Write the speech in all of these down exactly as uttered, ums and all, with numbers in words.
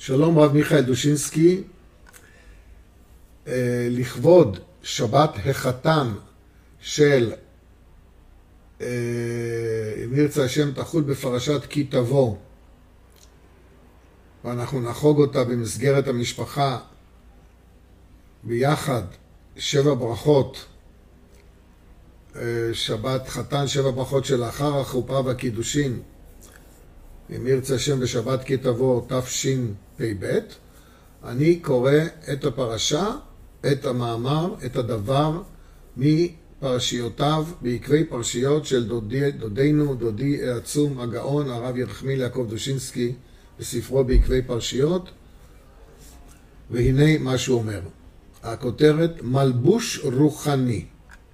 שלום רב מיכאל דושינסקי, לכבוד שבת החתן של אם ירצה השם תחול בפרשת כי תבוא, ואנחנו נחוג אותה במסגרת המשפחה ביחד, שבע ברכות, שבת חתן שבע ברכות שלאחר החופה והקידושין, אם ירצה השם בשבת כי תבוא תשפ"ב. אני קורא את הפרשה, את המאמר, את הדבר מפרשיותיו, בעקבי פרשיות של דודי, דודינו, דודי העצום, הגאון, הרב ירחמיאל יעקב דושינסקי, בספרו בעקבי פרשיות. והנה מה שהוא אומר. הכותרת, מלבוש רוחני.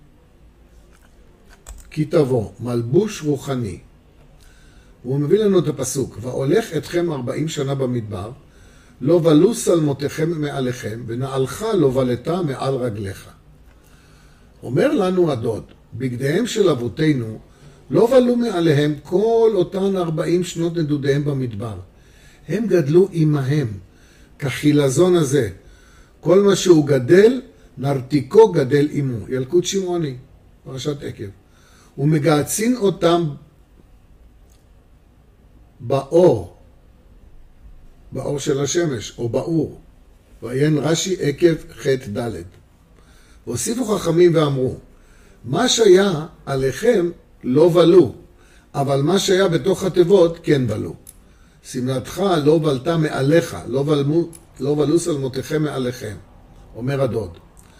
כי תבוא, מלבוש רוחני. והוא מביא לנו את הפסוק, והולך אתכם ארבעים שנה במדבר, לא בלו שלמותיכם מעליכם, ונעלך לא בלתה מעל רגליך. אומר לנו הדוד, בגדיהם של אבותינו, לא בלו מעליהם כל אותן ארבעים שנות נדודיהם במדבר. הם גדלו עמהם, כחילזון הזה. כל מה שהוא גדל, נרתיקו גדל עמו. ילקוט שמעוני, פרשת עקב. הוא מגעצין אותם באור, באור של השמש, או באור. ועיין רש"י עקב ח' ד'. והוסיפו חכמים ואמרו, מה שהיה עליכם לא בלו, אבל מה שהיה בתוך התיבות כן בלו. סמלתך לא בלתה מעליך, לא בלמו, לא בלו שלמותיכם מעליכם, אומר הדוד.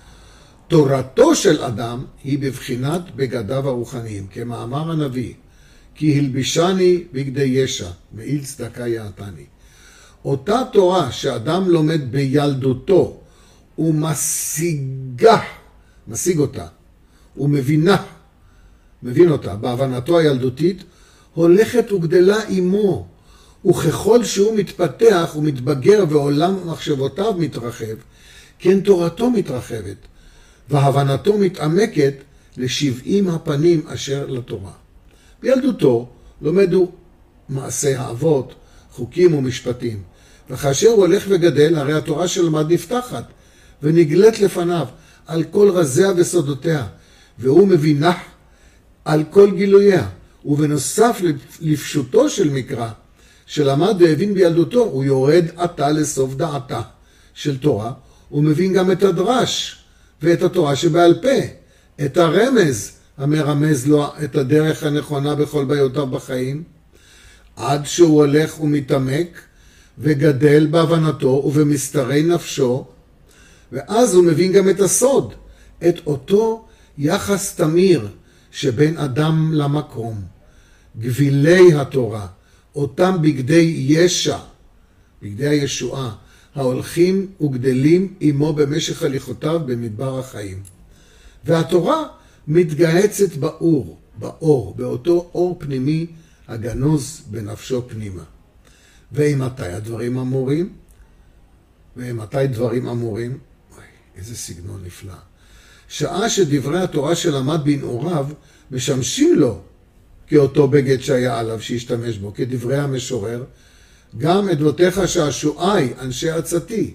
תורתו של אדם היא בבחינת בגדיו הרוחניים, כמאמר הנביא, כי הלבישני בגדי ישע, מעיל צדקה יעתני. אותה תורה שאדם לומד בילדותו, הוא משיגה, משיג אותה, הוא מבינה, מבין אותה, בהבנתו הילדותית, הולכת וגדלה עמו, וככל שהוא מתפתח ומתבגר ועולם מחשבותיו מתרחב, כן תורתו מתרחבת, והבנתו מתעמקת לשבעים הפנים אשר לתורה. בילדותו לומדו מעשי האבות, חוקים ומשפטים, וכאשר הוא הולך וגדל, הרי התורה שלמד נפתחת, ונגלית לפניו על כל רזיה וסודותיה, והוא מבינה על כל גילויה, ובנוסף לפשוטו של מקרא, שלמד והבין בילדותו, הוא יורד עתה לסוף דעתה של תורה, הוא מבין גם את הדרש, ואת התורה שבעל פה, את הרמז, המרמז לו את הדרך הנכונה בכל בעיותיו בחיים, עד שהוא הולך ומתעמק וגדל בהבנתו ובמסתרי נפשו, ואז הוא מבין גם את הסוד, את אותו יחס תמיר שבין אדם למקום, גבילי התורה, אותם בגדי ישע, בגדי הישועה, ההולכים וגדלים עמו במשך הליכותיו במדבר החיים. והתורה מתגהצת באור, באור, באותו אור פנימי הגנוז בנפשו פנימה. ואימתי הדברים אמורים? ואימתי דברים אמורים? אוי, איזה סגנון נפלא. שעה שדברי התורה שלמד בנעוריו משמשים לו כאותו בגד שהיה עליו שהשתמש בו, כדברי המשורר, גם עדותיך שעשועי אנשי עצתי.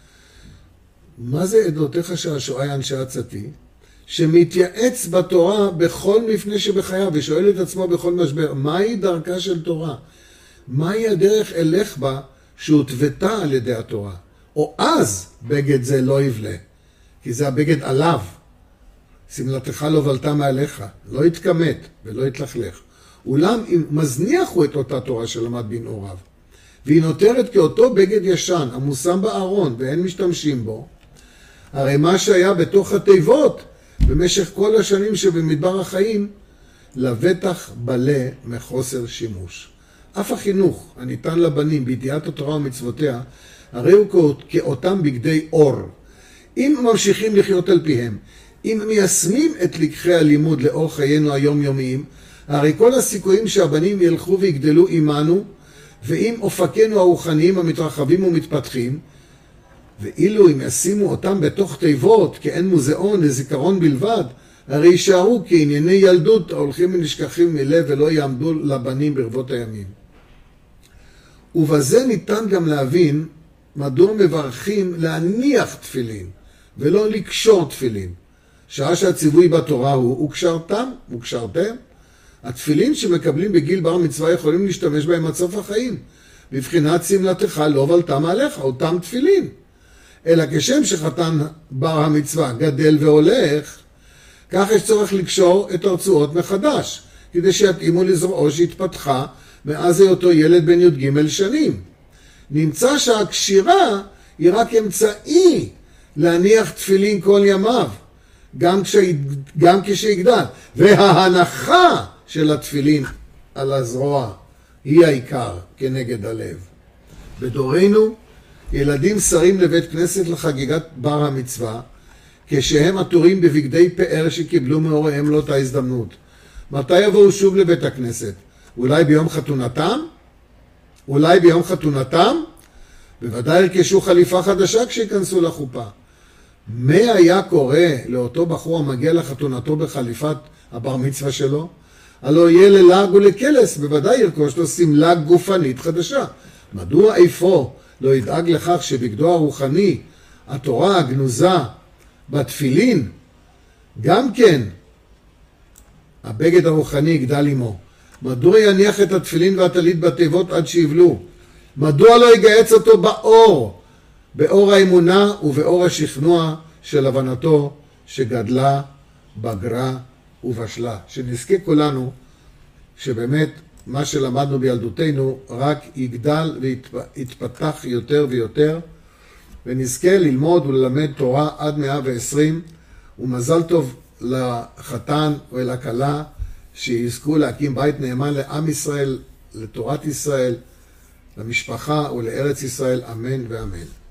מה זה עדותיך שעשועי אנשי עצתי? שמתייעץ בתורה בכל מפנה שבחייו, ושואל את עצמו בכל משבר, מהי דרכה של תורה? מהי הדרך אלך בה שהותוותה על ידי התורה? או אז בגד זה לא יבלה, כי זה הבגד עליו. סמלתך לא בלתה מעליך, לא יתכמת ולא יתלכלך. אולם אם מזניח הוא את אותה תורה שלמד בנעוריו, והיא נותרת כאותו בגד ישן, המושם בארון ואין משתמשים בו, הרי מה שהיה בתוך התיבות, במשך כל השנים שבמדבר החיים, לבטח בלה מחוסר שימוש. אף החינוך הניתן לבנים בידיעת התורה ומצוותיה, הרי הוא כאותם בגדי אור. אם ממשיכים לחיות על פיהם, אם מיישמים את לקחי הלימוד לאור חיינו היומיומיים, הרי כל הסיכויים שהבנים ילכו ויגדלו עמנו, ואם אופקינו הרוחניים המתרחבים ומתפתחים, ואילו אם ישימו אותם בתוך תיבות, כאין מוזיאון לזיכרון בלבד, הרי יישארו כענייני ילדות ההולכים ונשכחים מלב ולא יעמדו לבנים ברבות הימים. ובזה ניתן גם להבין מדוע מברכים להניח תפילין ולא לקשור תפילין? שעה שהציווי בתורה הוא וקשרתם, וקשרתם. התפילין שמקבלים בגיל בר מצווה יכולים להשתמש בהם עד סוף החיים. בבחינת שמלתך לא בלתה מעליך, אותם תפילין. אלא כשם שחתן בר המצווה גדל והולך, כך יש צורך לקשור את הרצועות מחדש, כדי שיתאימו לזרועו שהתפתחה מאז היותו ילד בן י"ג שנים. נמצא שהקשירה היא רק אמצעי להניח תפילין כל ימיו, גם, כשי, גם כשיגדל. וההנחה של התפילין על הזרוע היא העיקר כנגד הלב. בדורנו ילדים שרים לבית כנסת לחגיגת בר המצווה, כשהם עטורים בבגדי פאר שקיבלו מהוריהם לאותה הזדמנות. מתי יבואו שוב לבית הכנסת? אולי ביום חתונתם? אולי ביום חתונתם? בוודאי ירכשו חליפה חדשה כשיכנסו לחופה. מה היה קורה לאותו בחור המגיע לחתונתו בחליפת הבר מצווה שלו? הלא יהיה ללעג ולקלס, בוודאי ירכוש לו סמלה גופנית חדשה. מדוע איפה לא ידאג לכך שבגדו הרוחני, התורה הגנוזה בתפילין, גם כן הבגד הרוחני יגדל עמו? מדוע יניח את התפילין והטלית בתיבות עד שיבלו? מדוע לא יגייץ אותו באור, באור האמונה ובאור השכנוע של הבנתו שגדלה, בגרה ובשלה? שנזכה כולנו שבאמת מה שלמדנו בילדותנו רק יגדל ויתפתח יותר ויותר, ונזכה ללמוד וללמד תורה עד מאה ועשרים, ומזל טוב לחתן ולכלה שיזכו להקים בית נאמן לעם ישראל, לתורת ישראל, למשפחה ולארץ ישראל, אמן ואמן.